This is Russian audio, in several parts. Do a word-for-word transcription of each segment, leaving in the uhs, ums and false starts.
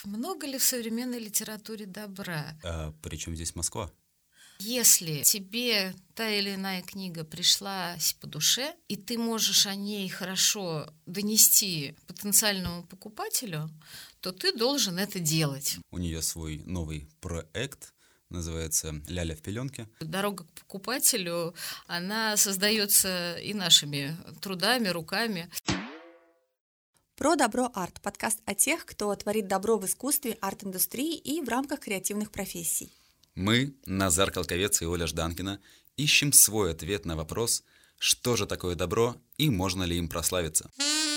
Много ли в современной литературе добра? А при чем здесь Москва? Если тебе та или иная книга пришлась по душе, и ты можешь о ней хорошо донести потенциальному покупателю, то ты должен это делать. У нее свой новый проект, называется «Ляля в пеленке». Дорога к покупателю, она создается и нашими трудами, руками. Про добро арт. Подкаст о тех, кто творит добро в искусстве, арт-индустрии и в рамках креативных профессий. Мы, Назар Колковец и Оля Жданкина, ищем свой ответ на вопрос, что же такое добро и можно ли им прославиться.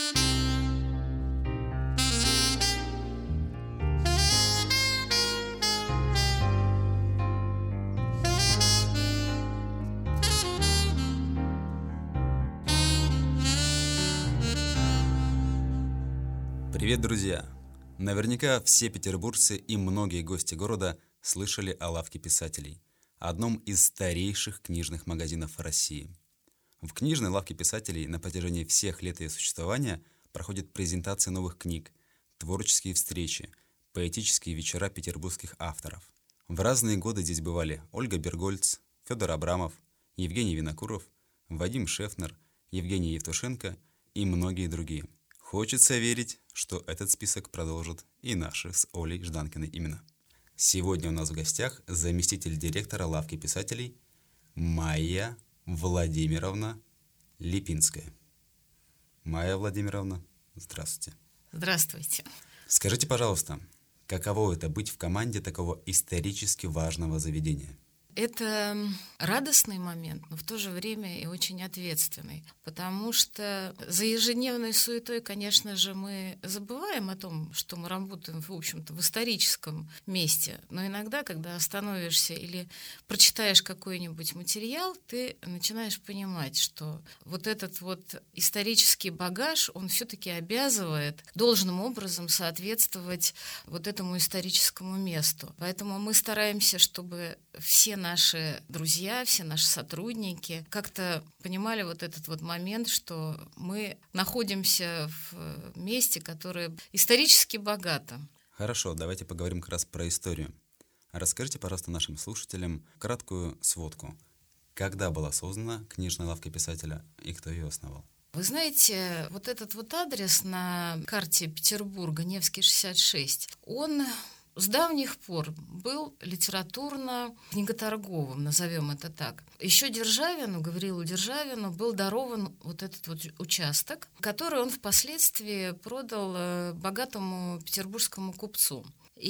Привет, друзья! Наверняка все петербуржцы и многие гости города слышали о лавке писателей, одном из старейших книжных магазинов России. В книжной лавке писателей на протяжении всех лет ее существования проходят презентации новых книг, творческие встречи, поэтические вечера петербургских авторов. В разные годы здесь бывали Ольга Бергольц, Федор Абрамов, Евгений Винокуров, Вадим Шефнер, Евгений Евтушенко и многие другие. Хочется верить, что этот список продолжит и наши с Олей Жданкиной имена. Сегодня у нас в гостях заместитель директора лавки писателей Майя Владимировна Липинская. Майя Владимировна, здравствуйте. Здравствуйте. Скажите, пожалуйста, каково это быть в команде такого исторически важного заведения? Это радостный момент, но в то же время и очень ответственный, потому что за ежедневной суетой, конечно же, мы забываем о том, что мы работаем, в общем-то, в историческом месте, но иногда, когда остановишься или прочитаешь какой-нибудь материал, ты начинаешь понимать, что вот этот вот исторический багаж, он все-таки обязывает должным образом соответствовать вот этому историческому месту. Поэтому мы стараемся, чтобы все наши друзья, все наши сотрудники как-то понимали вот этот вот момент, что мы находимся в месте, которое исторически богато. Хорошо, давайте поговорим как раз про историю. Расскажите, пожалуйста, нашим слушателям краткую сводку. Когда была создана книжная лавка писателя и кто ее основал? Вы знаете, вот этот вот адрес на карте Петербурга, Невский, шестьдесят шесть, он с давних пор был литературно-книготорговым, назовем это так. Еще Державину, Гаврилу Державину, был дарован вот этот вот участок, который он впоследствии продал богатому петербургскому купцу.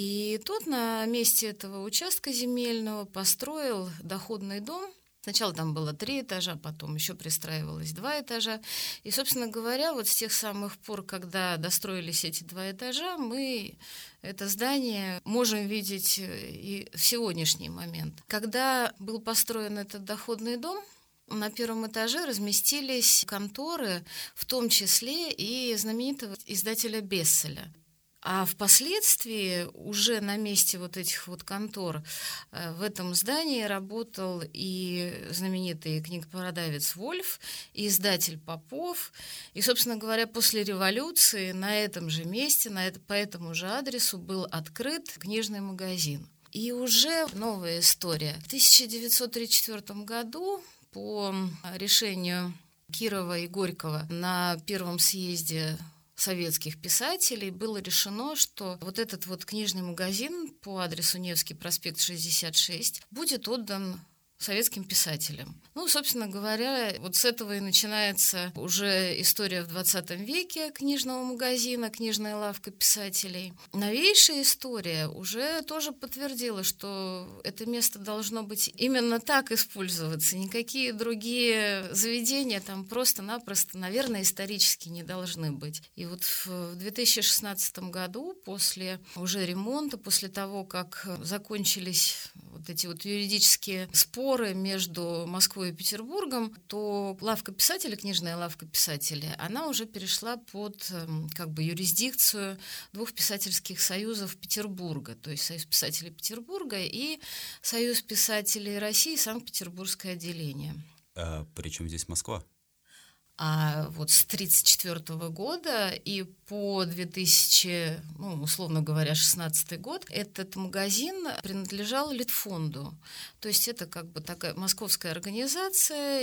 И тот на месте этого участка земельного построил доходный дом. Сначала там было три этажа, потом еще пристраивалось два этажа. И, собственно говоря, вот с тех самых пор, когда достроились эти два этажа, мы это здание можем видеть и в сегодняшний момент. Когда был построен этот доходный дом, на первом этаже разместились конторы, в том числе и знаменитого издателя Бесселя. А впоследствии уже на месте вот этих вот контор в этом здании работал и знаменитый книгопродавец Вольф, и издатель Попов. И, собственно говоря, после революции на этом же месте, на это, по этому же адресу был открыт книжный магазин. И уже новая история. В тысяча девятьсот тридцать четвёртом году по решению Кирова и Горького на первом съезде советских писателей было решено, что вот этот вот книжный магазин по адресу Невский проспект шестьдесят шесть будет отдан советским писателям. Ну, собственно говоря, вот с этого и начинается уже история в двадцатом веке книжного магазина, книжная лавка писателей. Новейшая история уже тоже подтвердила, что это место должно быть именно так использоваться. Никакие другие заведения там просто-напросто, наверное, исторически не должны быть. И вот в две тысячи шестнадцатом году, после уже ремонта, после того, как закончились вот эти вот юридические споры между Москвой и Петербургом, то лавка писателя, книжная лавка писателя, она уже перешла под как бы юрисдикцию двух писательских союзов Петербурга, то есть Союз писателей Петербурга и Союз писателей России, Санкт-Петербургское отделение. А при чем здесь Москва? А вот с тридцать четвёртого года и по две тысячи, ну, условно говоря, шестнадцатый год этот магазин принадлежал Литфонду. То есть это как бы такая московская организация,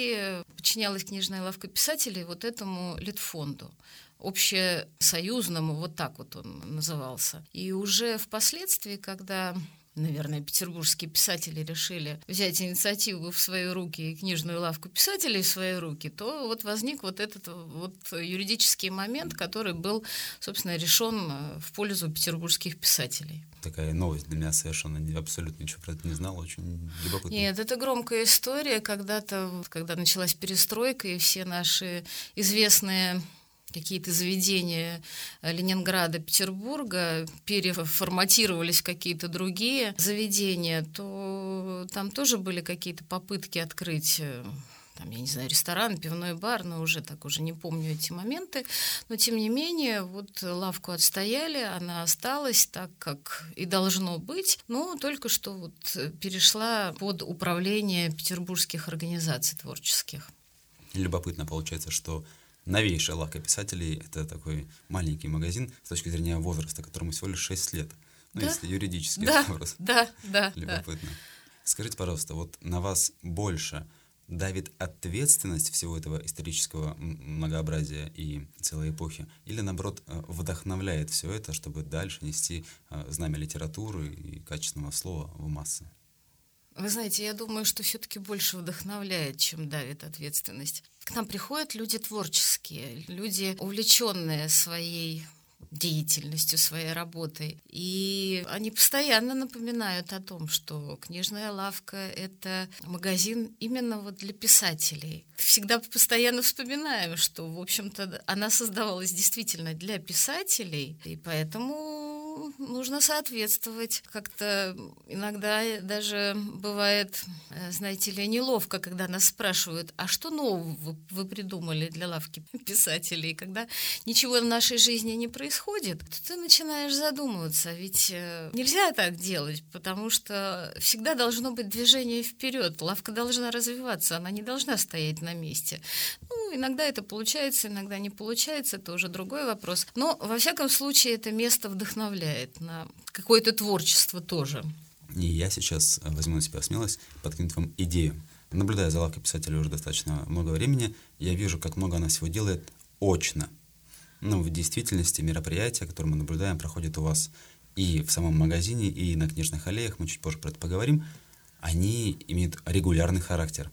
и подчинялась книжная лавка писателей вот этому Литфонду. Общесоюзному, вот так вот он назывался. И уже впоследствии, когда, наверное, петербургские писатели решили взять инициативу в свои руки и книжную лавку писателей в свои руки, то вот возник вот этот вот юридический момент, который был, собственно, решен в пользу петербургских писателей. Такая новость для меня совершенно, абсолютно ничего про это не знал, очень любопытно. Нет, это громкая история. Когда-то, когда началась перестройка, и все наши известные какие-то заведения Ленинграда, Петербурга переформатировались в какие-то другие заведения, то там тоже были какие-то попытки открыть, там, я не знаю, ресторан, пивной бар, но уже так уже не помню эти моменты. Но тем не менее, вот лавку отстояли, она осталась так, как и должно быть, но только что вот перешла под управление петербургских организаций творческих. Любопытно получается, что новейшая лавка писателей — это такой маленький магазин с точки зрения возраста, которому всего лишь шесть лет. Ну, да? Если юридически да, это вопрос. Да, да, Любопытно. Да. Скажите, пожалуйста, вот на вас больше давит ответственность всего этого исторического многообразия и целой эпохи, или, наоборот, вдохновляет все это, чтобы дальше нести знамя литературы и качественного слова в массы? Вы знаете, я думаю, что все-таки больше вдохновляет, чем давит ответственность. К нам приходят люди творческие, люди, увлеченные своей деятельностью, своей работой. И они постоянно напоминают о том, что книжная лавка — это магазин именно вот для писателей. Всегда постоянно вспоминаем, что, в общем-то, она создавалась действительно для писателей, и поэтому нужно соответствовать. Как-то иногда даже бывает, знаете ли, неловко, когда нас спрашивают, а что нового вы придумали для лавки писателей? Когда ничего в нашей жизни не происходит, то ты начинаешь задумываться, ведь нельзя так делать, потому что всегда должно быть движение вперед. Лавка должна развиваться, она не должна стоять на месте. Ну, иногда это получается, иногда не получается, это уже другой вопрос. Но, во всяком случае, это место вдохновляет на какое-то творчество тоже. И я сейчас возьму на себя смелость подкинуть вам идею. Наблюдая за лавкой писателей уже достаточно много времени, я вижу, как много она всего делает очно. Ну, в действительности мероприятия, которые мы наблюдаем, проходят у вас и в самом магазине, и на книжных аллеях, мы чуть позже про это поговорим, они имеют регулярный характер.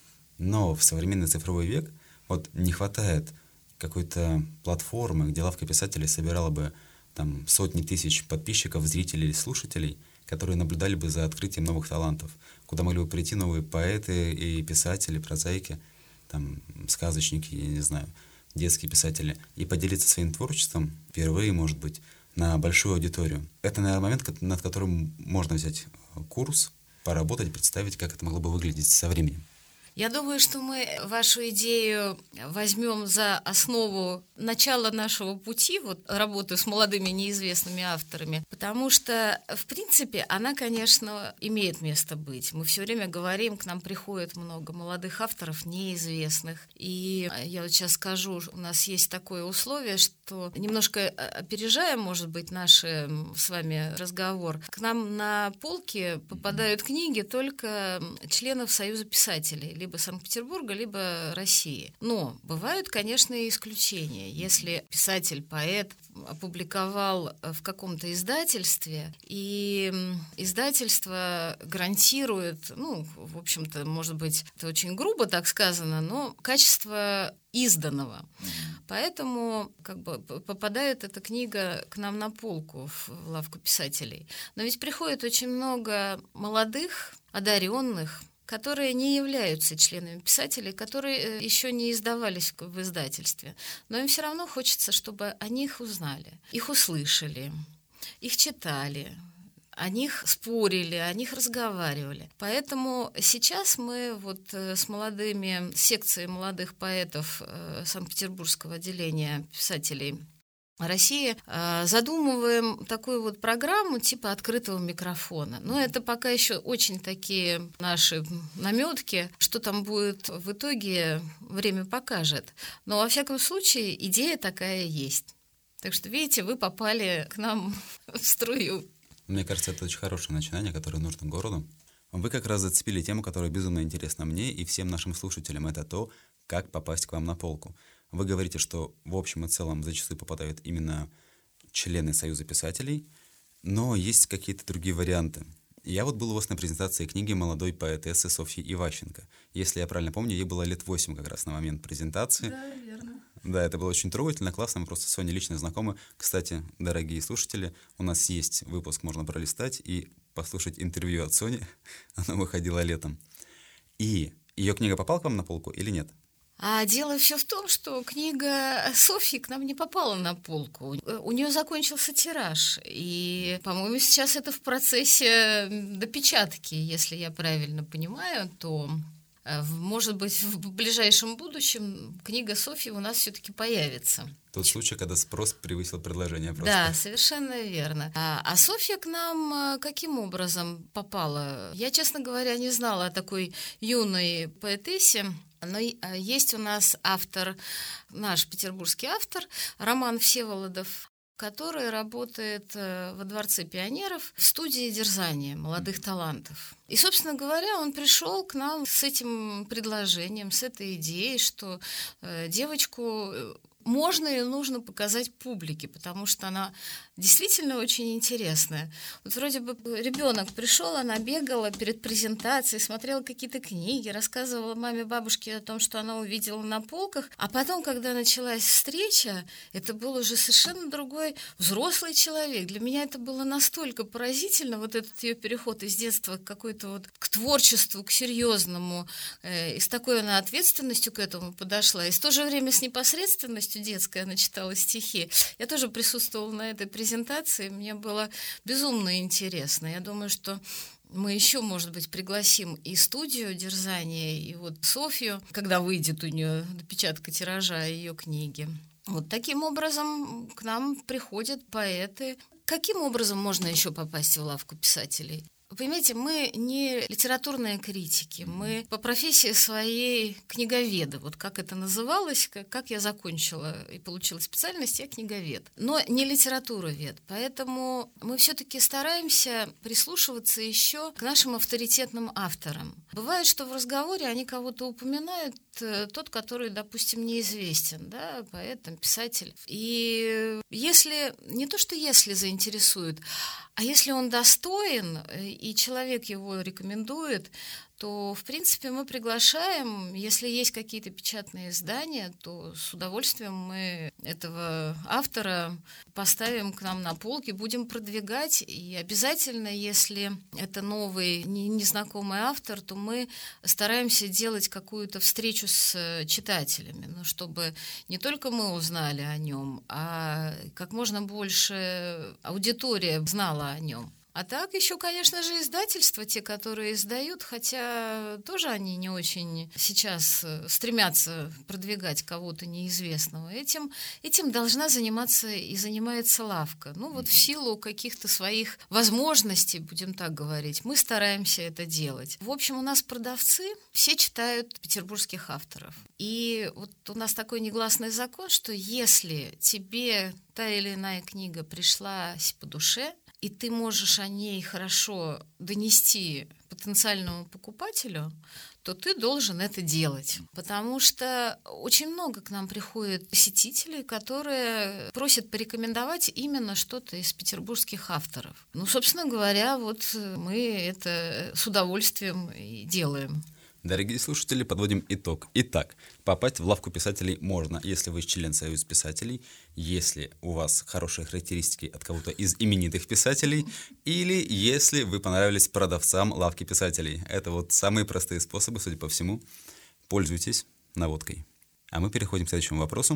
Но в современный цифровой век вот не хватает какой-то платформы, где лавка писателей собирала бы там сотни тысяч подписчиков, зрителей или слушателей, которые наблюдали бы за открытием новых талантов, куда могли бы прийти новые поэты и писатели, прозаики, там, сказочники, я не знаю, детские писатели, и поделиться своим творчеством впервые, может быть, на большую аудиторию. Это, наверное, момент, над которым можно взять курс, поработать, представить, как это могло бы выглядеть со временем. Я думаю, что мы вашу идею возьмем за основу начала нашего пути, вот работы с молодыми неизвестными авторами, потому что, в принципе, она, конечно, имеет место быть. Мы все время говорим, к нам приходит много молодых авторов неизвестных. И я вот сейчас скажу, у нас есть такое условие, что немножко опережая, может быть, наш с вами разговор, к нам на полки попадают книги только членов Союза писателей, либо Санкт-Петербурга, либо России. Но бывают, конечно, и исключения. Если писатель, поэт опубликовал в каком-то издательстве, и издательство гарантирует, ну, в общем-то, может быть, это очень грубо так сказано, но качество изданного. Поэтому как бы попадает эта книга к нам на полку в лавку писателей. Но ведь приходит очень много молодых, одаренных, которые не являются членами писателей, которые еще не издавались в издательстве. Но им все равно хочется, чтобы о них узнали, их услышали, их читали, о них спорили, о них разговаривали. Поэтому сейчас мы вот с молодыми, с секцией молодых поэтов Санкт-Петербургского отделения писателей России э, задумываем такую вот программу типа открытого микрофона. Но это пока еще очень такие наши наметки. Что там будет в итоге, время покажет. Но во всяком случае идея такая есть. Так что, видите, вы попали к нам в струю. Мне кажется, это очень хорошее начинание, которое нужно городу. Вы как раз зацепили тему, которая безумно интересна мне и всем нашим слушателям. Это то, как попасть к вам на полку. Вы говорите, что в общем и целом зачастую попадают именно члены Союза писателей, но есть какие-то другие варианты. Я вот был у вас на презентации книги молодой поэтессы Софьи Иващенко. Если я правильно помню, ей было лет восемь как раз на момент презентации. Да, верно. Да, это было очень трогательно, классно, мы просто с Соней лично знакомы. Кстати, дорогие слушатели, у нас есть выпуск, можно пролистать и послушать интервью от Сони. Оно выходило летом. И ее книга попала к вам на полку или нет? А дело все в том, что книга Софьи к нам не попала на полку. У нее закончился тираж. И, по-моему, сейчас это в процессе допечатки, если я правильно понимаю, то, может быть, в ближайшем будущем книга Софьи у нас все-таки появится. Тот случай, когда спрос превысил предложение просто. Да, совершенно верно. А, а Софья к нам каким образом попала? Я, честно говоря, не знала о такой юной поэтессе. Но есть у нас автор, наш петербургский автор, Роман Всеволодов, который работает во Дворце пионеров в студии дерзания молодых талантов. И, собственно говоря, он пришел к нам с этим предложением, с этой идеей, что девочку можно и нужно показать публике, потому что она действительно очень интересная. Вот вроде бы ребенок пришел, она бегала перед презентацией, смотрела какие-то книги, рассказывала маме, бабушке о том, что она увидела на полках, а потом, когда началась встреча, это был уже совершенно другой взрослый человек. Для меня это было настолько поразительно, вот этот ее переход из детства к какой-то вот к творчеству, к серьезному, э, и с такой она ответственностью к этому подошла, и в то же время с непосредственностью детской она читала стихи. Я тоже присутствовала на этой презентации, мне было безумно интересно. Я думаю, что мы еще, может быть, пригласим и студию дерзания, и вот Софью, когда выйдет у нее допечатка тиража ее книги. Вот таким образом к нам приходят поэты. Каким образом можно еще попасть в лавку писателей? Понимаете, мы не литературные критики, мы по профессии своей книговеды. Вот как это называлось, как, как я закончила и получила специальность, я книговед. Но не литературовед. Поэтому мы все-таки стараемся прислушиваться еще к нашим авторитетным авторам. Бывает, что в разговоре они кого-то упоминают, тот, который, допустим, неизвестен, да, поэт, там, писатель. И если, не то что если заинтересует, а если он достоин, и человек его рекомендует, то, в принципе, мы приглашаем, если есть какие-то печатные издания, то с удовольствием мы этого автора поставим к нам на полки, будем продвигать. И обязательно, если это новый, незнакомый автор, то мы стараемся делать какую-то встречу с читателями, ну, чтобы не только мы узнали о нем, а как можно больше аудитория знала о нем. А так еще, конечно же, издательства, те, которые издают, хотя тоже они не очень сейчас стремятся продвигать кого-то неизвестного. Этим, этим должна заниматься и занимается лавка. Ну вот в силу каких-то своих возможностей, будем так говорить, мы стараемся это делать. В общем, у нас продавцы все читают петербургских авторов. И вот у нас такой негласный закон, что если тебе та или иная книга пришлась по душе, и ты можешь о ней хорошо донести потенциальному покупателю, то ты должен это делать. Потому что очень много к нам приходит посетителей, которые просят порекомендовать именно что-то из петербургских авторов. Ну, собственно говоря, вот мы это с удовольствием и делаем. Дорогие слушатели, подводим итог. Итак, попасть в лавку писателей можно, если вы член Союза писателей, если у вас хорошие характеристики от кого-то из именитых писателей, или если вы понравились продавцам лавки писателей. Это вот самые простые способы, судя по всему. Пользуйтесь наводкой. А мы переходим к следующему вопросу.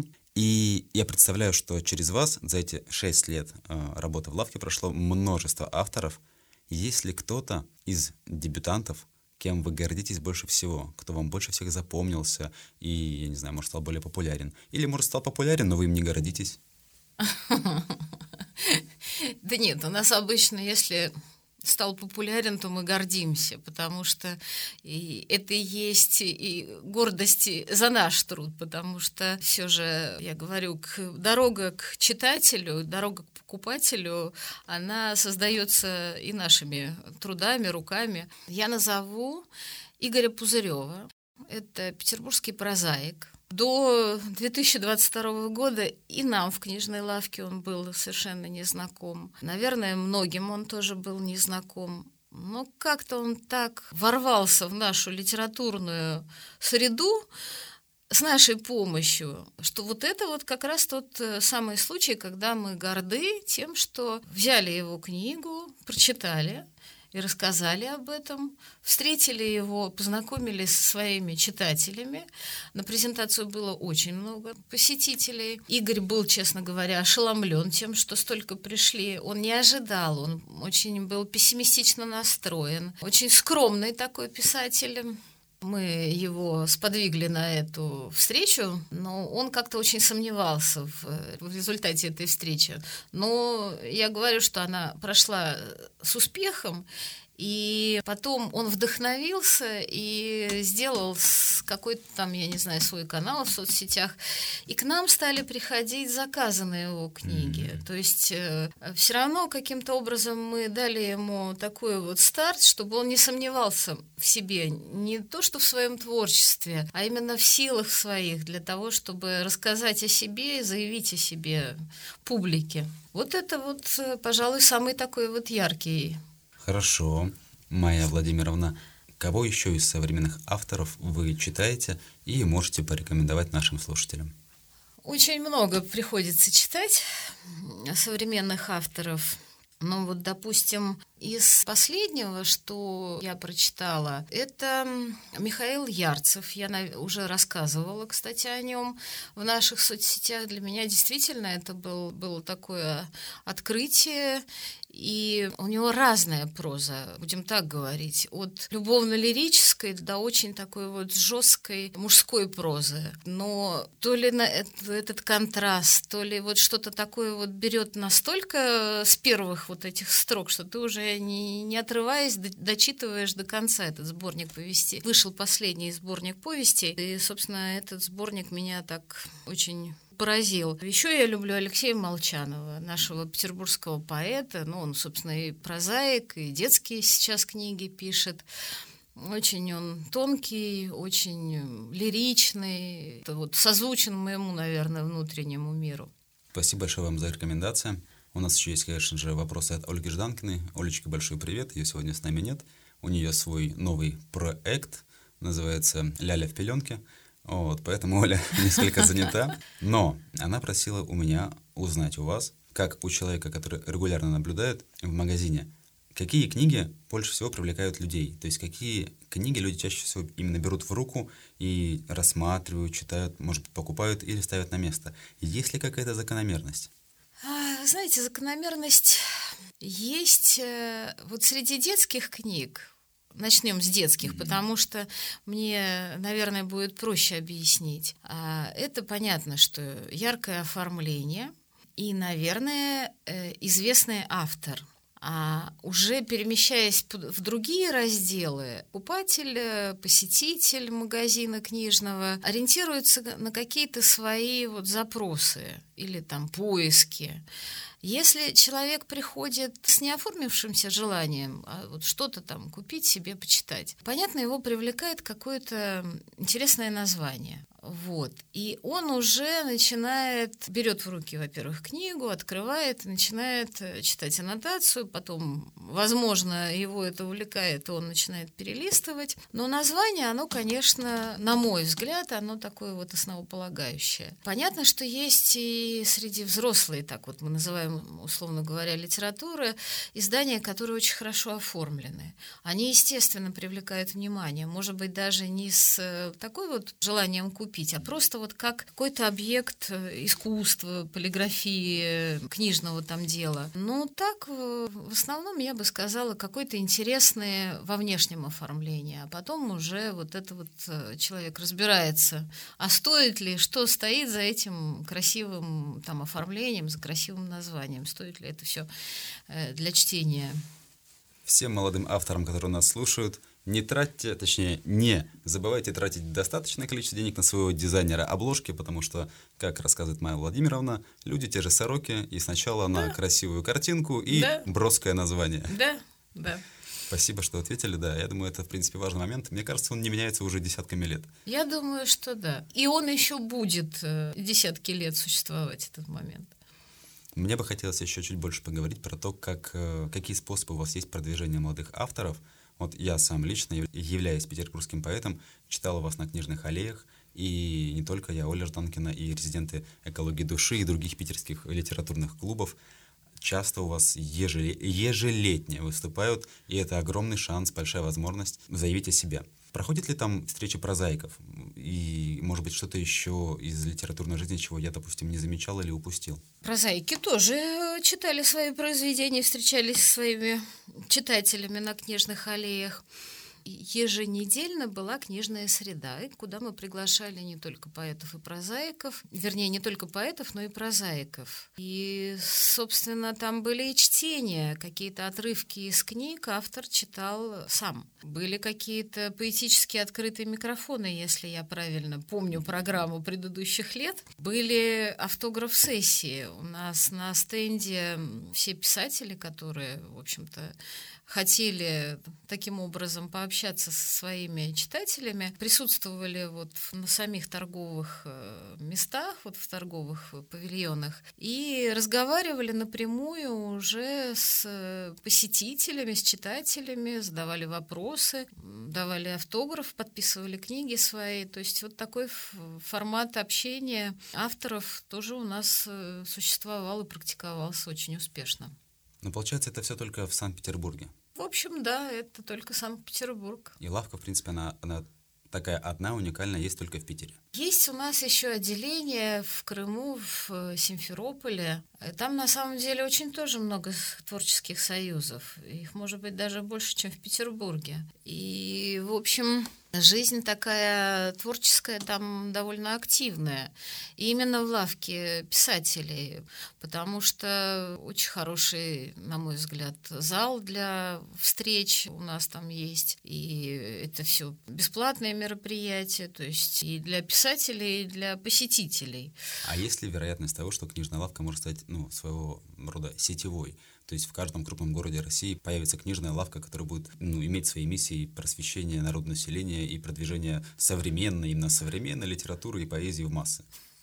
И я представляю, что через вас за эти шесть лет э, работы в лавке прошло множество авторов. Есть ли кто-то из дебютантов, кем вы гордитесь больше всего, кто вам больше всех запомнился и, я не знаю, может, стал более популярен? Или, может, стал популярен, но вы им не гордитесь? Да нет, у нас обычно, если стал популярен, то мы гордимся, потому что и это и есть и гордость за наш труд, потому что все же, я говорю, к, дорога к читателю, дорога к покупателю, она создается и нашими трудами, руками. Я назову Игоря Пузырева. Это петербургский прозаик. До две тысячи двадцать второго года и нам в книжной лавке он был совершенно незнаком. Наверное, многим он тоже был незнаком. Но как-то он так ворвался в нашу литературную среду с нашей помощью, что вот это вот как раз тот самый случай, когда мы горды тем, что взяли его книгу, прочитали и рассказали об этом, встретили его, познакомились со своими читателями. На презентацию было очень много посетителей. Игорь был, честно говоря, ошеломлен тем, что столько пришли. Он не ожидал, он очень был пессимистично настроен. Очень скромный такой писатель. Мы его сподвигли на эту встречу, но он как-то очень сомневался в, в результате этой встречи. Но я говорю, что она прошла с успехом, и потом он вдохновился и сделал какой-то там, я не знаю, свой канал в соцсетях, и к нам стали приходить заказы на его книги. Mm-hmm. То есть э, все равно каким-то образом мы дали ему такой вот старт, чтобы он не сомневался в себе, не то что в своем творчестве, а именно в силах своих для того, чтобы рассказать о себе и заявить о себе публике. Вот это вот, пожалуй, самый такой вот яркий. Хорошо. Майя Владимировна, кого еще из современных авторов вы читаете и можете порекомендовать нашим слушателям? Очень много приходится читать современных авторов. Ну вот, допустим, из последнего, что я прочитала, это Михаил Ярцев. Я уже рассказывала, кстати, о нем в наших соцсетях. Для меня действительно это был, было такое открытие. И у него разная проза, будем так говорить, от любовно-лирической до очень такой вот жесткой мужской прозы. Но то ли на это, этот контраст, то ли вот что-то такое вот берет настолько с первых вот этих строк, что ты уже не, не отрываясь дочитываешь до конца этот сборник повестей. Вышел последний сборник повестей, и, собственно, этот сборник меня так очень поразил. Еще я люблю Алексея Молчанова, нашего петербургского поэта. Ну, он, собственно, и прозаик, и детские сейчас книги пишет. Очень он тонкий, очень лиричный. Это вот созвучен моему, наверное, внутреннему миру. Спасибо большое вам за рекомендации. У нас еще есть, конечно же, вопросы от Ольги Жданкиной. Олечке большой привет, ее сегодня с нами нет. У нее свой новый проект, называется «Ляля в пеленке». Вот, поэтому Оля несколько занята. Но она просила у меня узнать у вас, как у человека, который регулярно наблюдает в магазине, какие книги больше всего привлекают людей. То есть какие книги люди чаще всего именно берут в руку и рассматривают, читают, может быть, покупают или ставят на место. Есть ли какая-то закономерность? Вы знаете, закономерность есть вот среди детских книг. Начнем с детских, mm-hmm. потому что мне, наверное, будет проще объяснить. Это понятно, что яркое оформление и, наверное, известный автор. А уже перемещаясь в другие разделы, покупатель, посетитель магазина книжного ориентируется на какие-то свои вот запросы или там поиски. Если человек приходит с неоформившимся желанием а вот что-то там купить себе, почитать, понятно, его привлекает какое-то интересное название. Вот. И он уже начинает, берет в руки, во-первых, книгу, открывает, начинает читать аннотацию, потом, возможно, его это увлекает, и он начинает перелистывать. Но название, оно, конечно, на мой взгляд, оно такое вот основополагающее. Понятно, что есть и среди взрослых, так вот мы называем там, условно говоря, литературы, издания, которые очень хорошо оформлены. Они, естественно, привлекают внимание. Может быть, даже не с такой вот желанием купить, а просто вот как какой-то объект искусства, полиграфии, книжного там дела. Ну, так, в основном, я бы сказала, какой-то интересный во внешнем оформлении. А потом уже вот это вот человек разбирается, а стоит ли, что стоит за этим красивым там оформлением, за красивым названием, стоит ли это все для чтения. Всем молодым авторам, которые нас слушают, не тратьте, точнее, не забывайте тратить достаточное количество денег на своего дизайнера обложки, потому что, как рассказывает Майя Владимировна, люди те же сороки, и сначала да. на красивую картинку и да. броское название. Да, да. Спасибо, что ответили, да. Я думаю, это, в принципе, важный момент. Мне кажется, он не меняется уже десятками лет. Я думаю, что да. И он еще будет десятки лет существовать, этот момент. Мне бы хотелось еще чуть больше поговорить про то, как, какие способы у вас есть продвижения молодых авторов. Вот я сам лично, являясь петербургским поэтом, читал вас на книжных аллеях, и не только я, Оля Жданкина и резиденты «Экологии души» и других питерских литературных клубов часто у вас ежеле- ежелетне выступают, и это огромный шанс, большая возможность заявить о себе. Проходят ли там встречи прозаиков? И, может быть, что-то еще из литературной жизни, чего я, допустим, не замечал или упустил? Прозаики тоже читали свои произведения, встречались со своими читателями на книжных аллеях. Еженедельно была книжная среда, куда мы приглашали не только поэтов и прозаиков, вернее, не только поэтов, но и прозаиков. И, собственно, там были и чтения, какие-то отрывки из книг автор читал сам. Были какие-то поэтически открытые микрофоны, если я правильно помню программу предыдущих лет. Были автограф-сессии. У нас на стенде все писатели, которые, в общем-то, хотели таким образом пообщаться со своими читателями, присутствовали вот на самих торговых местах, вот в торговых павильонах, и разговаривали напрямую уже с посетителями, с читателями, задавали вопросы, давали автограф, подписывали книги свои. То есть вот такой формат общения авторов тоже у нас существовал и практиковался очень успешно. Но получается, это все только в Санкт-Петербурге? В общем, да, это только Санкт-Петербург. И лавка, в принципе, она, она такая одна, уникальная, есть только в Питере. Есть у нас еще отделение в Крыму, в Симферополе. Там, на самом деле, очень тоже много творческих союзов. Их, может быть, даже больше, чем в Петербурге. И, в общем, жизнь такая творческая там довольно активная. И именно в лавке писателей, потому что очень хороший, на мой взгляд, зал для встреч у нас там есть. И это все бесплатные мероприятия, то есть и для писателей, и для посетителей. А есть ли вероятность того, что книжная лавка может стать, ну, своего рода сетевой? То есть в каждом крупном городе России появится книжная лавка, которая будет, ну, иметь свои миссии просвещения народного населения и продвижения современной, именно современной литературы и поэзии в массы.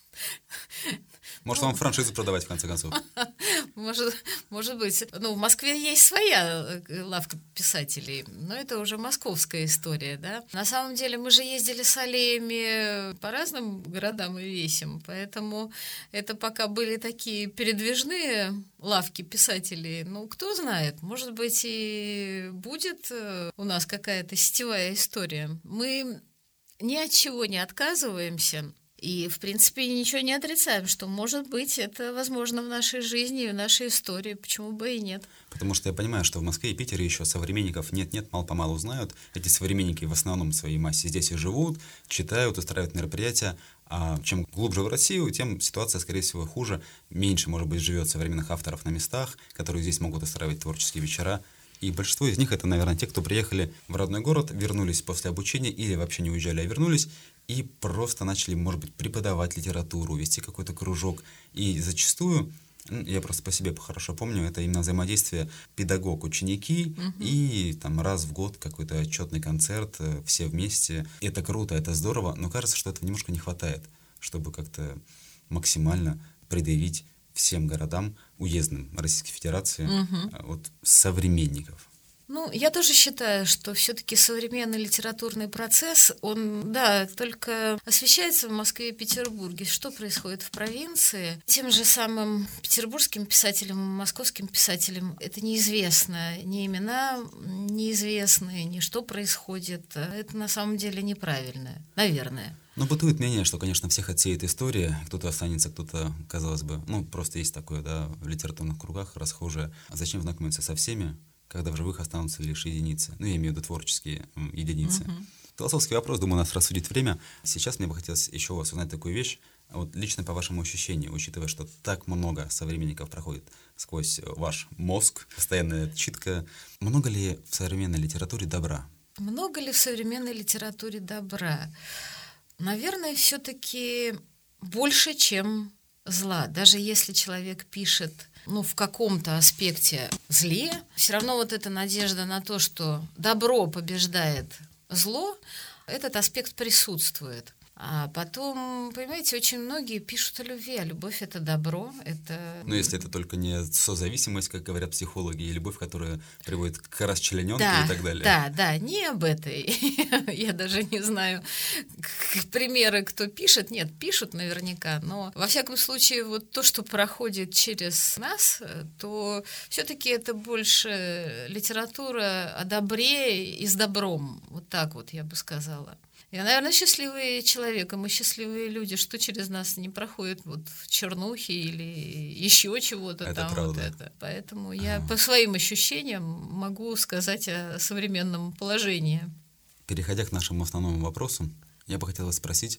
Может, вам франшизу продавать, в конце концов? Может, может быть. Ну, в Москве есть своя лавка писателей, но это уже московская история, да. На самом деле мы же ездили с аллеями по разным городам и весям, поэтому это пока были такие передвижные лавки писателей. Ну, кто знает, может быть, и будет у нас какая-то сетевая история. Мы ни от чего не отказываемся. И, в принципе, ничего не отрицаем, что, может быть, это возможно в нашей жизни и в нашей истории. Почему бы и нет? Потому что я понимаю, что в Москве и Питере еще современников нет-нет, мало-помалу знают. Эти современники в основном в своей массе здесь и живут, читают, устраивают мероприятия. А чем глубже в Россию, тем ситуация, скорее всего, хуже. Меньше, может быть, живет современных авторов на местах, которые здесь могут устраивать творческие вечера. И большинство из них — это, наверное, те, кто приехали в родной город, вернулись после обучения или вообще не уезжали, а вернулись, и просто начали, может быть, преподавать литературу, вести какой-то кружок. И зачастую, я просто по себе хорошо помню, это именно взаимодействие педагог-ученики, угу. и там раз в год какой-то отчетный концерт, все вместе. Это круто, это здорово, но кажется, что этого немножко не хватает, чтобы как-то максимально предъявить всем городам уездным Российской Федерации угу. вот, современников. Ну, я тоже считаю, что все-таки современный литературный процесс, он, да, только освещается в Москве и Петербурге. Что происходит в провинции? Тем же самым петербургским писателям, московским писателям это неизвестно. Ни имена неизвестны, ни что происходит. Это на самом деле неправильно, наверное. Но бытует мнение, что, конечно, всех отсеет история, кто-то останется, кто-то, казалось бы, ну, просто есть такое, да, в литературных кругах расхожее. А зачем знакомиться со всеми, когда в живых останутся лишь единицы? Ну, я имею в виду творческие м, единицы. Uh-huh. Философский вопрос, думаю, нас рассудит время. Сейчас мне бы хотелось еще у вас узнать такую вещь. Вот лично по вашему ощущению, учитывая, что так много современников проходит сквозь ваш мозг, постоянная читка, много ли в современной литературе добра? Много ли в современной литературе добра? Наверное, все-таки больше, чем зла. Даже если человек пишет, ну, в каком-то аспекте зле, все равно вот эта надежда на то, что добро побеждает зло, этот аспект присутствует. А потом, понимаете, очень многие пишут о любви, а любовь — это добро, это... Ну, если это только не созависимость, как говорят психологи, и любовь, которая приводит к расчлененке, да, и так далее. Да, да, не об этой. Я даже не знаю примеры, кто пишет. Нет, пишут наверняка, но во всяком случае вот то, что проходит через нас, то все-таки это больше литература о добре и с добром. Вот так вот я бы сказала. Я, наверное, счастливый человек, и мы счастливые люди, что через нас не проходит вот в чернухе или еще чего-то это там. Правда. Вот это. Поэтому я а. по своим ощущениям могу сказать о современном положении. Переходя к нашему основному вопросу, я бы хотела спросить,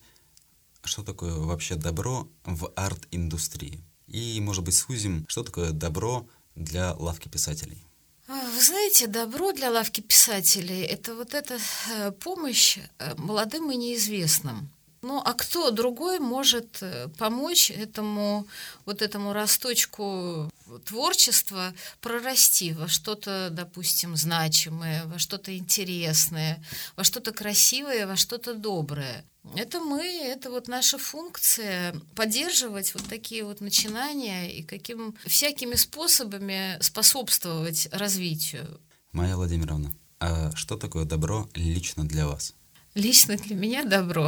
что такое вообще добро в арт-индустрии? И, может быть, сузим, что такое добро для лавки писателей? Вы знаете, добро для лавки писателей — это вот эта помощь молодым и неизвестным. Ну, а кто другой может помочь этому, вот этому росточку творчества прорасти во что-то, допустим, значимое, во что-то интересное, во что-то красивое, во что-то доброе? Это мы, это вот наша функция — поддерживать вот такие вот начинания и каким всякими способами способствовать развитию. Майя Владимировна, а что такое добро лично для вас? Лично для меня добро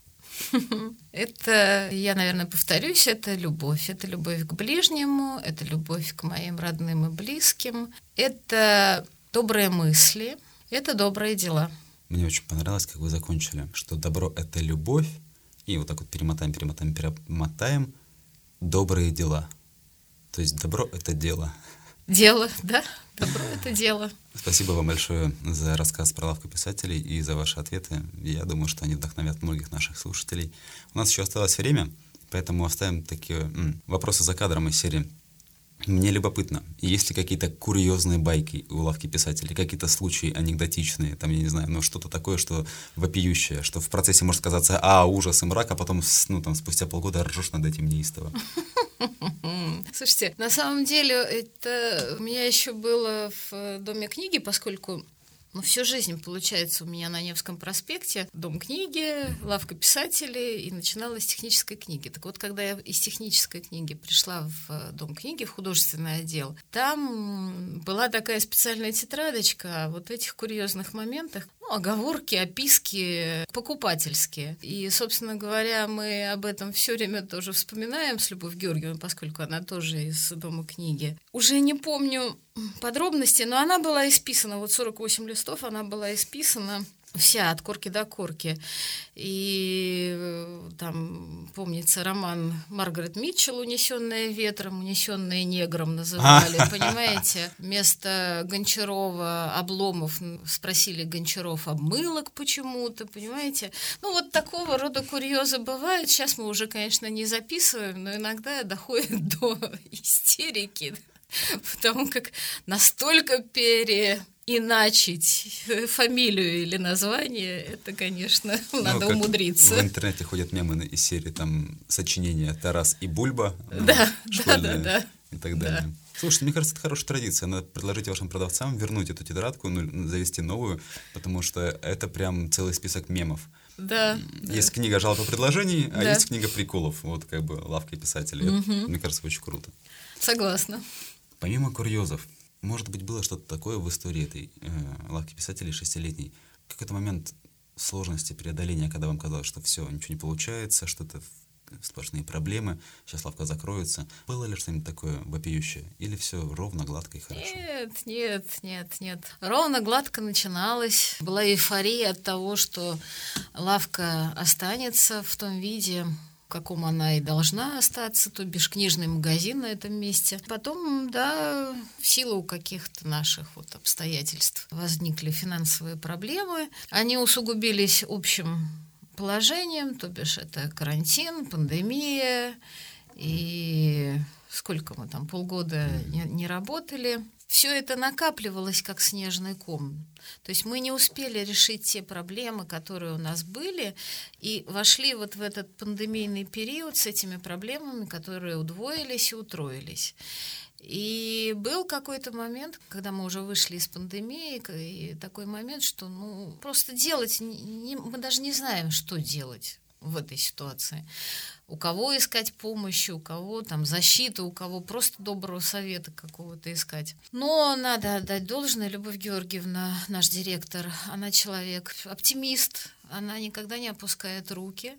— это, я, наверное, повторюсь, это любовь. Это любовь к ближнему, это любовь к моим родным и близким, это добрые мысли, это добрые дела. Мне очень понравилось, как вы закончили, что добро — это любовь, и вот так вот перемотаем, перемотаем, перемотаем, добрые дела. То есть добро — это дело. Дело, да, добро — это дело. Спасибо вам большое за рассказ про лавку писателей и за ваши ответы. Я думаю, что они вдохновят многих наших слушателей. У нас еще осталось время, поэтому оставим такие м, вопросы за кадром из серии. Мне любопытно, есть ли какие-то курьезные байки у лавки писателей, какие-то случаи анекдотичные, там, я не знаю, но что-то такое, что вопиющее, что в процессе может казаться, а, ужас и мрак, а потом, ну, там, спустя полгода ржешь над этим неистово. Слушайте, на самом деле, это у меня еще было в Доме книги, поскольку... Ну, всю жизнь, получается, у меня на Невском проспекте Дом книги, лавка писателей, и начиналась с технической книги. Так вот, когда я из технической книги пришла в Дом книги, в художественный отдел, там была такая специальная тетрадочка о вот этих курьезных моментах, ну, оговорки, описки покупательские. И, собственно говоря, мы об этом все время тоже вспоминаем с Любовью Георгиевной, поскольку она тоже из Дома книги. Уже не помню подробности, но она была исписана, вот сорок восемь листов, она была исписана вся от корки до корки. И там, помнится, роман Маргарет Митчелл «Унесенная ветром», «Унесенная негром» называли, понимаете? Вместо Гончарова Обломов спросили Гончаров обмылок почему-то, понимаете? Ну, вот такого рода курьезы бывают. Сейчас мы уже, конечно, не записываем, но иногда доходит до истерики, потому как настолько пере... иначить фамилию или название, это, конечно, ну, надо умудриться. В интернете ходят мемы из серии там сочинения «Тарас и Бульба», да, ну, школьные, да, да, да. и так далее. Да. Слушайте, мне кажется, это хорошая традиция. Надо предложить вашим продавцам вернуть эту тетрадку, ну, завести новую, потому что это прям целый список мемов. Да. Есть да. книга жалоб и предложений, а да. есть книга приколов. Вот как бы лавка писателей. Угу. Это, мне кажется, очень круто. Согласна. Помимо курьезов, Может быть, было что-то такое в истории этой э, лавки писателей шестилетней? Какой-то момент сложности, преодоления, когда вам казалось, что все, ничего не получается, что-то сплошные проблемы, сейчас лавка закроется. Было ли что-нибудь такое вопиющее? Или все ровно, гладко и хорошо? Нет, нет, нет, нет. Ровно, гладко начиналось. Была эйфория от того, что лавка останется в том виде, в каком она и должна остаться, то бишь книжный магазин на этом месте. Потом, да, в силу каких-то наших вот обстоятельств возникли финансовые проблемы. Они усугубились общим положением, то бишь это карантин, пандемия, и сколько мы там, полгода не, не работали. Все это накапливалось как снежный ком. То есть мы не успели решить те проблемы, которые у нас были, и вошли вот в этот пандемийный период с этими проблемами, которые удвоились и утроились. И был какой-то момент, когда мы уже вышли из пандемии, и такой момент, что ну, просто делать, не, мы даже не знаем, что делать в этой ситуации. У кого искать помощи, у кого там защиту, у кого просто доброго совета какого-то искать. Но надо отдать должное, Любовь Георгиевна, наш директор, она человек оптимист, она никогда не опускает руки.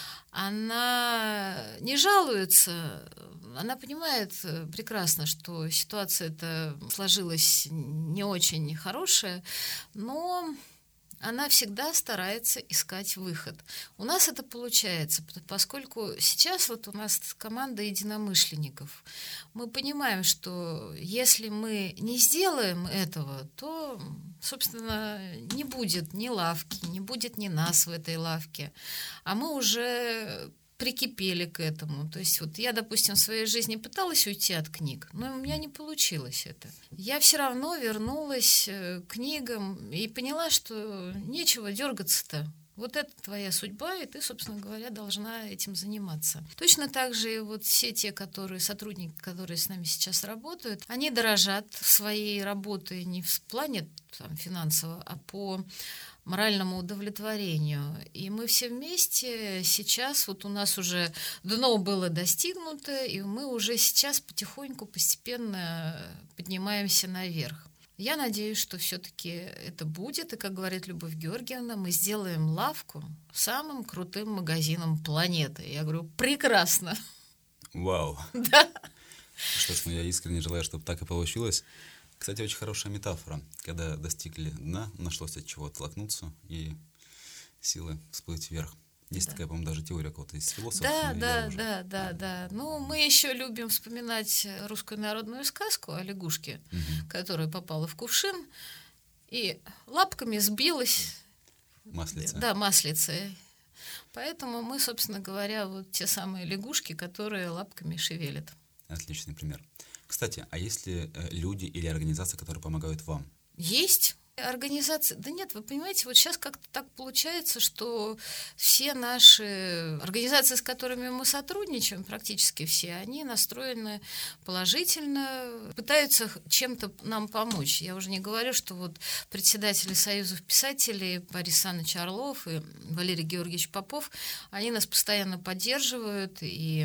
Она не жалуется, она понимает прекрасно, что ситуация-то сложилась не очень хорошая, но она всегда старается искать выход. У нас это получается, поскольку сейчас вот у нас команда единомышленников. Мы понимаем, что если мы не сделаем этого, то, собственно, не будет ни лавки, не будет ни нас в этой лавке. А мы уже прикипели к этому. То есть вот я, допустим, в своей жизни пыталась уйти от книг, но у меня не получилось это. Я все равно вернулась к книгам и поняла, что нечего дергаться-то. Вот это твоя судьба, и ты, собственно говоря, должна этим заниматься. Точно так же и вот все те, которые, сотрудники, которые с нами сейчас работают, они дорожат своей работой не в плане там, финансового, а по моральному удовлетворению. И мы все вместе сейчас, вот у нас уже дно было достигнуто, и мы уже сейчас потихоньку, постепенно поднимаемся наверх. Я надеюсь, что все-таки это будет, и, как говорит Любовь Георгиевна, мы сделаем лавку самым крутым магазином планеты. Я говорю, прекрасно. Вау. Да. Что ж, ну я искренне желаю, чтобы так и получилось. Кстати, очень хорошая метафора. Когда достигли дна, нашлось от чего оттолкнуться и силы всплыть вверх. Есть да. такая, по-моему, даже теория кого-то из философов. Да, да, уже... да, да, да. Ну, мы еще любим вспоминать русскую народную сказку о лягушке, угу. которая попала в кувшин и лапками сбилась. Маслица. Да, маслица. Поэтому мы, собственно говоря, вот те самые лягушки, которые лапками шевелят. Отличный пример. Кстати, а есть ли люди или организации, которые помогают вам? Есть. Организации, да нет, вы понимаете, вот сейчас как-то так получается, что все наши организации, с которыми мы сотрудничаем, практически все, они настроены положительно, пытаются чем-то нам помочь. Я уже не говорю, что вот председатели союзов писателей Борис Саныч Орлов и Валерий Георгиевич Попов, они нас постоянно поддерживают и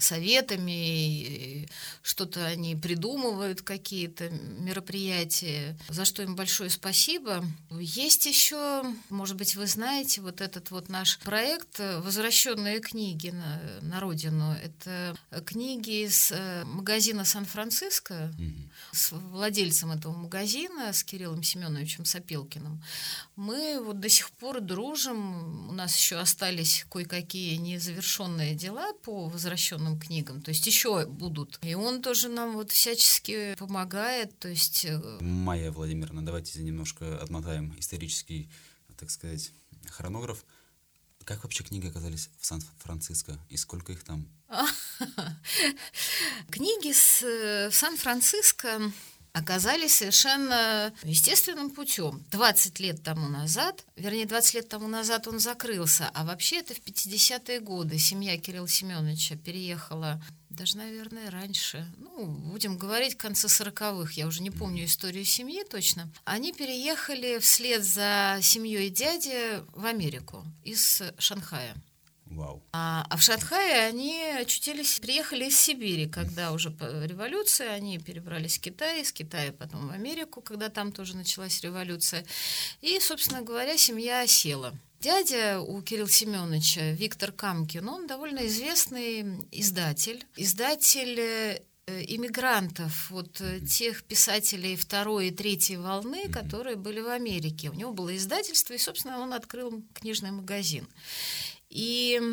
советами, что-то они придумывают, какие-то мероприятия, за что им большое спасибо. Есть еще, может быть, вы знаете, вот этот вот наш проект «Возвращенные книги на, на родину». Это книги из магазина «Сан-Франциско», mm-hmm. с владельцем этого магазина, с Кириллом Семеновичем Сапелкиным. Мы вот до сих пор дружим, у нас еще остались кое-какие незавершенные дела по возвращенным книгам, то есть еще будут. И он тоже нам вот всячески помогает, то есть... Майя Владимировна, давайте немножко отмотаем исторический, так сказать, хронограф. Как вообще книги оказались в Сан-Франциско и сколько их там? Книги с Сан-Франциско оказались совершенно естественным путем. двадцать лет тому назад, вернее, двадцать лет тому назад он закрылся, а вообще это в пятидесятые годы семья Кирилла Семеновича переехала, даже, наверное, раньше, ну, будем говорить, в конце сороковых, я уже не помню историю семьи точно. Они переехали вслед за семьей дяди в Америку из Шанхая. Wow. Вау. А, а в Шанхае они очутились, приехали из Сибири, когда уже революция, они перебрались в Китай, из Китая потом в Америку, когда там тоже началась революция. И, собственно говоря, семья осела. Дядя у Кирилла Семеновича, Виктор Камкин, он довольно известный издатель. Издатель иммигрантов, вот тех писателей второй и третьей волны, которые были в Америке. У него было издательство, и, собственно, он открыл книжный магазин. И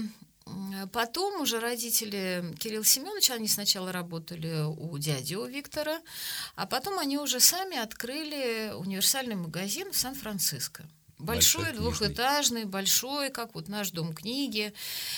потом уже родители Кирилла Семеновича, они сначала работали у дяди, у Виктора, а потом они уже сами открыли универсальный магазин в Сан-Франциско. Большой, большой двухэтажный, большой, как вот наш дом книги.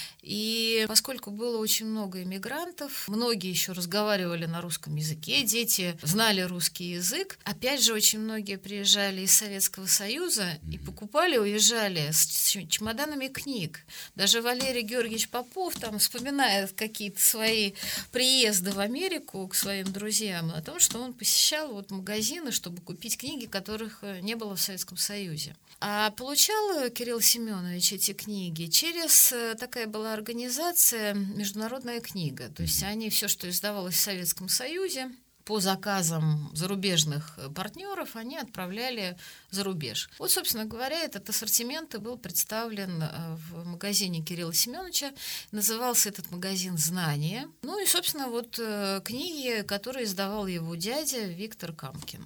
И поскольку было очень много иммигрантов, многие еще разговаривали на русском языке, дети знали русский язык. Опять же, очень многие приезжали из Советского Союза mm-hmm. и покупали, уезжали с чемоданами книг. Даже Валерий Георгиевич Попов там вспоминает какие-то свои приезды в Америку к своим друзьям о том, что он посещал вот магазины, чтобы купить книги, которых не было в Советском Союзе. А получал Кирилл Семенович эти книги через, такая была организация «Международная книга». То есть они все, что издавалось в Советском Союзе, по заказам зарубежных партнеров, они отправляли за рубеж. Вот, собственно говоря, этот ассортимент был представлен в магазине Кирилла Семеновича. Назывался этот магазин «Знание». Ну и, собственно, вот книги, которые издавал его дядя Виктор Камкин.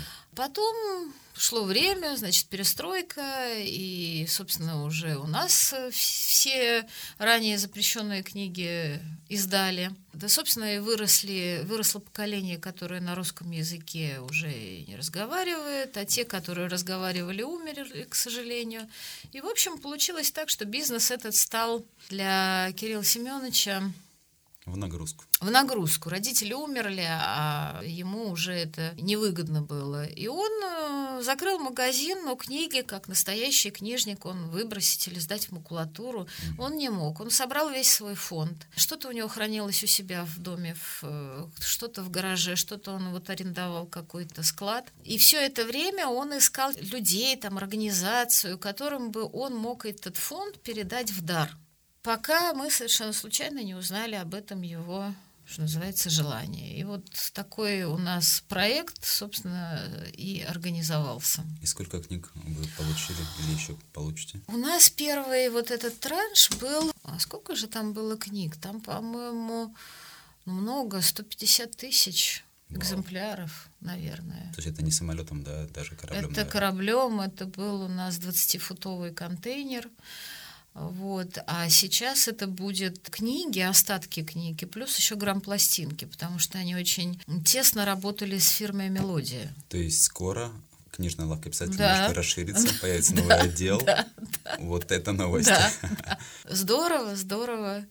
Потом шло время, значит, перестройка, и, собственно, уже у нас все ранее запрещенные книги издали. Да, собственно, и выросли, выросло поколение, которое на русском языке уже не разговаривает, а те, которые разговаривали, умерли, к сожалению. И, в общем, получилось так, что бизнес этот стал для Кирилла Семеновича в нагрузку. В нагрузку. Родители умерли, а ему уже это невыгодно было. И он закрыл магазин, но книги, как настоящий книжник, он выбросить или сдать в макулатуру mm-hmm. он не мог. Он собрал весь свой фонд. Что-то у него хранилось у себя в доме, в, что-то в гараже, что-то он вот арендовал какой-то склад. И все это время он искал людей, там, организацию, которым бы он мог этот фонд передать в дар. Пока мы совершенно случайно не узнали об этом его, что называется, желание. И вот такой у нас проект, собственно, и организовался. И сколько книг вы получили или еще получите? У нас первый вот этот транш был... А сколько же там было книг? Там, по-моему, много, сто пятьдесят тысяч экземпляров, наверное. То есть это не самолетом, да, даже кораблем? Это наверное. Кораблем, это был у нас двадцатифутовый контейнер. Вот. А сейчас это будет книги, остатки книги, плюс еще грампластинки, потому что они очень тесно работали с фирмой «Мелодия». То есть скоро книжная лавка писателей да. немножко расширится, появится новый да, отдел. Да, да. Вот это новость. Да, да. Здорово, здорово.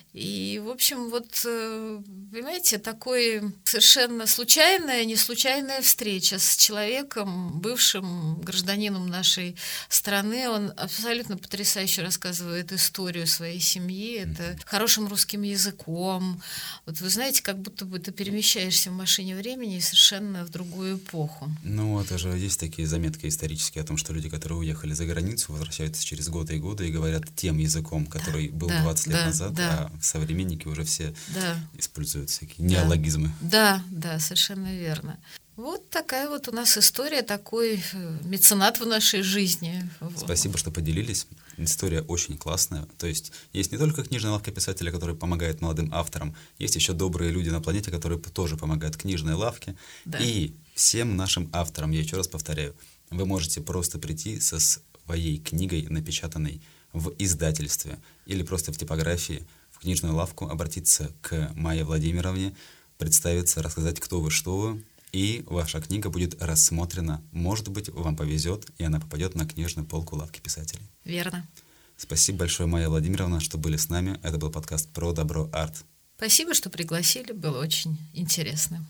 И, в общем, вот, понимаете, такой совершенно случайная, не случайная встреча с человеком, бывшим гражданином нашей страны. Он абсолютно потрясающе рассказывает историю своей семьи. Это mm-hmm. хорошим русским языком. Вот вы знаете, как будто бы ты перемещаешься в машине времени совершенно в другую эпоху. Ну, это же есть такие заметки исторические о том, что люди, которые уехали за границу, возвращаются через годы и годы и говорят тем языком, который да, был да, двадцать лет да, назад, да. а современники уже все да. используют всякие да. неологизмы. Да, да, совершенно верно. Вот такая вот у нас история, такой меценат в нашей жизни. Спасибо, что поделились. История очень классная. То есть есть не только книжная лавка писателя, которая помогает молодым авторам, есть еще добрые люди на планете, которые тоже помогают книжной лавке. Да. И всем нашим авторам, я еще раз повторяю, вы можете просто прийти со своей книгой, напечатанной в издательстве или просто в типографии, в книжную лавку, обратиться к Майе Владимировне, представиться, рассказать, кто вы, что вы, и ваша книга будет рассмотрена. Может быть, вам повезет, и она попадет на книжную полку лавки писателей. Верно. Спасибо большое, Майя Владимировна, что были с нами. Это был подкаст «Про добро арт». Спасибо, что пригласили, было очень интересно.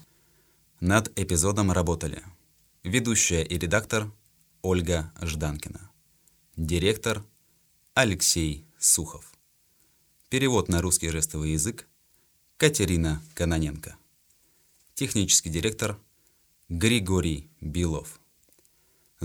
Над эпизодом работали ведущая и редактор Ольга Жданкина, директор Алексей Сухов, перевод на русский жестовый язык Катерина Кононенко, технический директор Григорий Белов,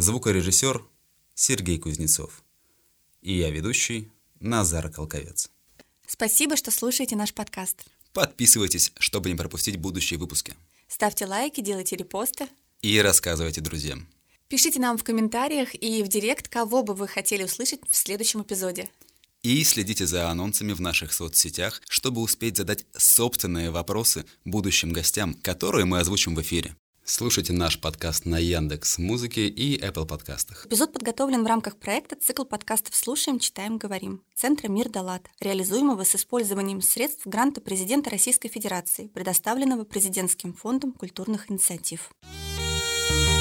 звукорежиссер Сергей Кузнецов и я, ведущий Назар Колковец. Спасибо, что слушаете наш подкаст. Подписывайтесь, чтобы не пропустить будущие выпуски. Ставьте лайки, делайте репосты. И рассказывайте друзьям. Пишите нам в комментариях и в директ, кого бы вы хотели услышать в следующем эпизоде. И следите за анонсами в наших соцсетях, чтобы успеть задать собственные вопросы будущим гостям, которые мы озвучим в эфире. Слушайте наш подкаст на Яндекс.Музыке и Apple подкастах. Эпизод подготовлен в рамках проекта «Цикл подкастов «Слушаем, читаем, говорим» Центра «Мир Далат», реализуемого с использованием средств гранта президента Российской Федерации, предоставленного Президентским фондом культурных инициатив.